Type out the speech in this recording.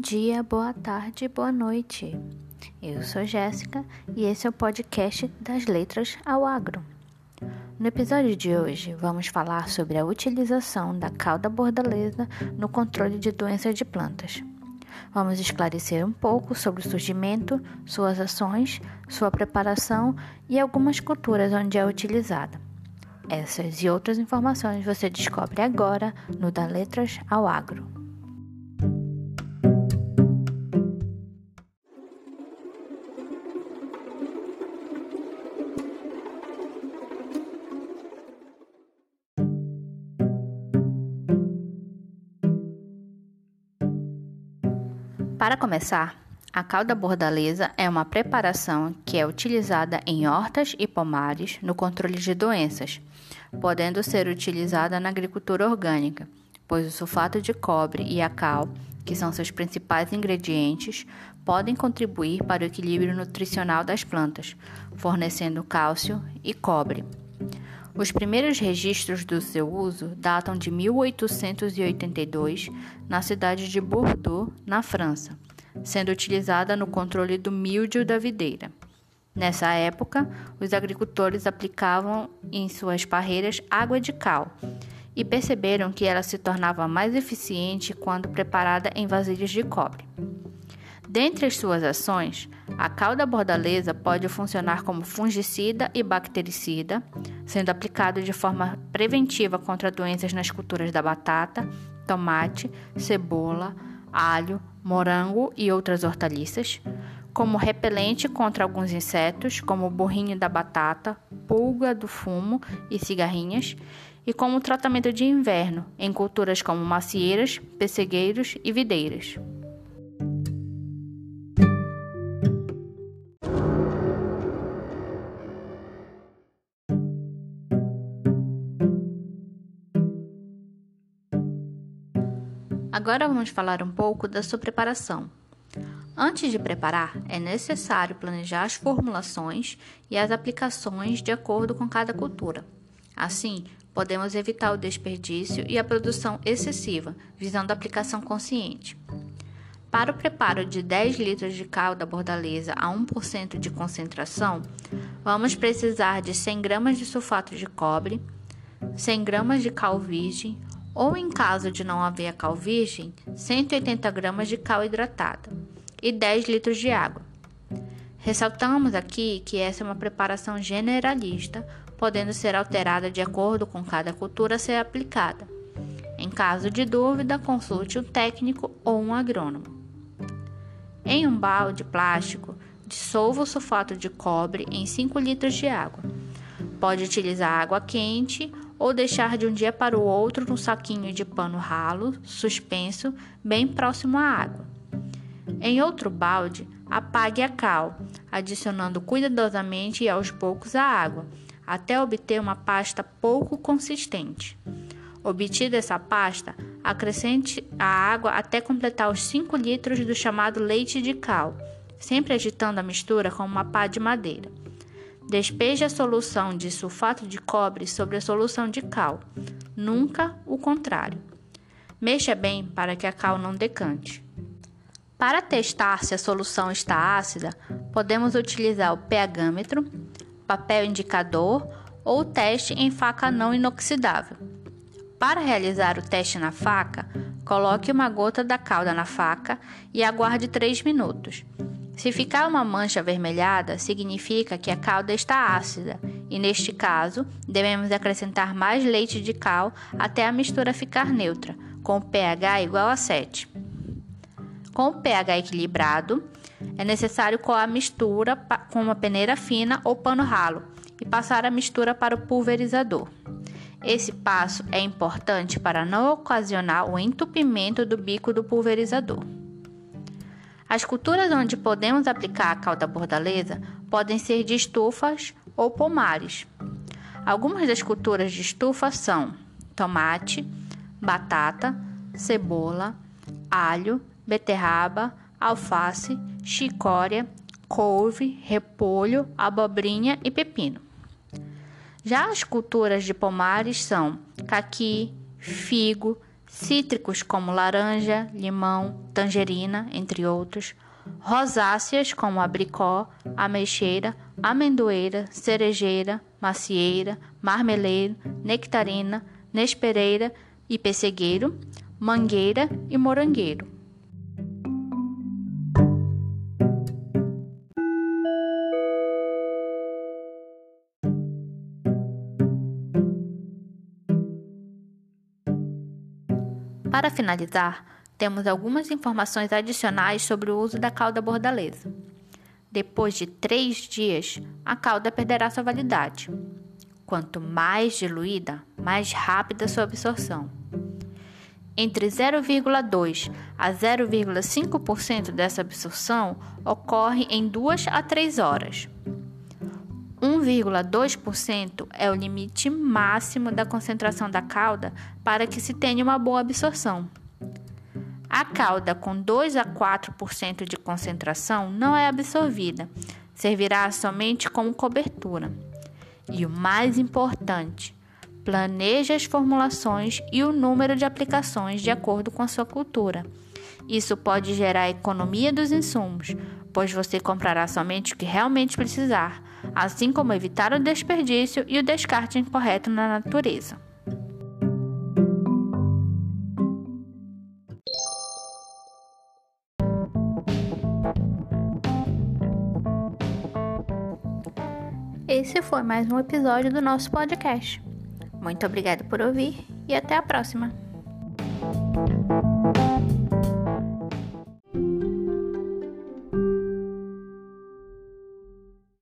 dia, boa tarde, boa noite. Eu sou Jéssica e esse é o podcast das letras ao agro. No episódio de hoje, vamos falar sobre a utilização da cauda bordaleza no controle de doenças de plantas. Vamos esclarecer um pouco sobre o surgimento, suas ações, sua preparação e algumas culturas onde é utilizada. Essas e outras informações você descobre agora no Das Letras ao Agro. Para começar, a cauda bordaleza é uma preparação que é utilizada em hortas e pomares no controle de doenças, podendo ser utilizada na agricultura orgânica, pois o sulfato de cobre e a cal, que são seus principais ingredientes, podem contribuir para o equilíbrio nutricional das plantas, fornecendo cálcio e cobre. Os primeiros registros do seu uso datam de 1882, na cidade de Bordeaux, na França, sendo utilizada no controle do míldio da videira. Nessa época, os agricultores aplicavam em suas parreiras água de cal e perceberam que ela se tornava mais eficiente quando preparada em vasilhas de cobre. Dentre as suas ações, a cauda bordaleza pode funcionar como fungicida e bactericida, sendo aplicado de forma preventiva contra doenças nas culturas da batata, tomate, cebola, alho, morango e outras hortaliças, como repelente contra alguns insetos, como o burrinho da batata, pulga do fumo e cigarrinhas, e como tratamento de inverno em culturas como macieiras, pessegueiros e videiras. Agora vamos falar um pouco da sua preparação. Antes de preparar, é necessário planejar as formulações e as aplicações de acordo com cada cultura. Assim, podemos evitar o desperdício e a produção excessiva, visando a aplicação consciente. Para o preparo de 10 litros de cauda bordaleza a 1% de concentração, vamos precisar de 100 gramas de sulfato de cobre, 100 gramas de cal virgem, ou em caso de não haver cal virgem, 180 gramas de cal hidratada e 10 litros de água. Ressaltamos aqui que essa é uma preparação generalista, podendo ser alterada de acordo com cada cultura a ser aplicada. Em caso de dúvida, consulte um técnico ou um agrônomo. Em um balde plástico, dissolva o sulfato de cobre em 5 litros de água. Pode utilizar água quente ou deixar de um dia para o outro num saquinho de pano ralo, suspenso, bem próximo à água. Em outro balde, apague a cal, adicionando cuidadosamente e aos poucos a água, até obter uma pasta pouco consistente. Obtida essa pasta, acrescente a água até completar os 5 litros do chamado leite de cal, sempre agitando a mistura com uma pá de madeira. Despeje a solução de sulfato de cobre sobre a solução de cal, nunca o contrário. Mexa bem para que a cal não decante. Para testar se a solução está ácida, podemos utilizar o pH-metro, papel indicador ou teste em faca não inoxidável. Para realizar o teste na faca, coloque uma gota da cauda na faca e aguarde 3 minutos. Se ficar uma mancha avermelhada, significa que a cauda está ácida e, neste caso, devemos acrescentar mais leite de cal até a mistura ficar neutra, com o pH igual a 7. Com o pH equilibrado, é necessário coar a mistura com uma peneira fina ou pano ralo e passar a mistura para o pulverizador. Esse passo é importante para não ocasionar o entupimento do bico do pulverizador. As culturas onde podemos aplicar a cauda bordaleza podem ser de estufas ou pomares. Algumas das culturas de estufa são tomate, batata, cebola, alho, beterraba, alface, chicória, couve, repolho, abobrinha e pepino. Já as culturas de pomares são caqui, figo, cítricos como laranja, limão, tangerina, entre outros, rosáceas como abricó, ameixeira, amendoeira, cerejeira, macieira, marmeleiro, nectarina, nespereira e pessegueiro, mangueira e morangueiro. Para finalizar, temos algumas informações adicionais sobre o uso da calda bordaleza. Depois de 3 dias, a calda perderá sua validade. Quanto mais diluída, mais rápida sua absorção. Entre 0,2% a 0,5% dessa absorção ocorre em 2 a 3 horas. 1,2% é o limite máximo da concentração da calda para que se tenha uma boa absorção. A calda com 2 a 4% de concentração não é absorvida, servirá somente como cobertura. E o mais importante, planeje as formulações e o número de aplicações de acordo com a sua cultura. Isso pode gerar economia dos insumos, pois você comprará somente o que realmente precisar, assim como evitar o desperdício e o descarte incorreto na natureza. Esse foi mais um episódio do nosso podcast. Muito obrigada por ouvir e até a próxima!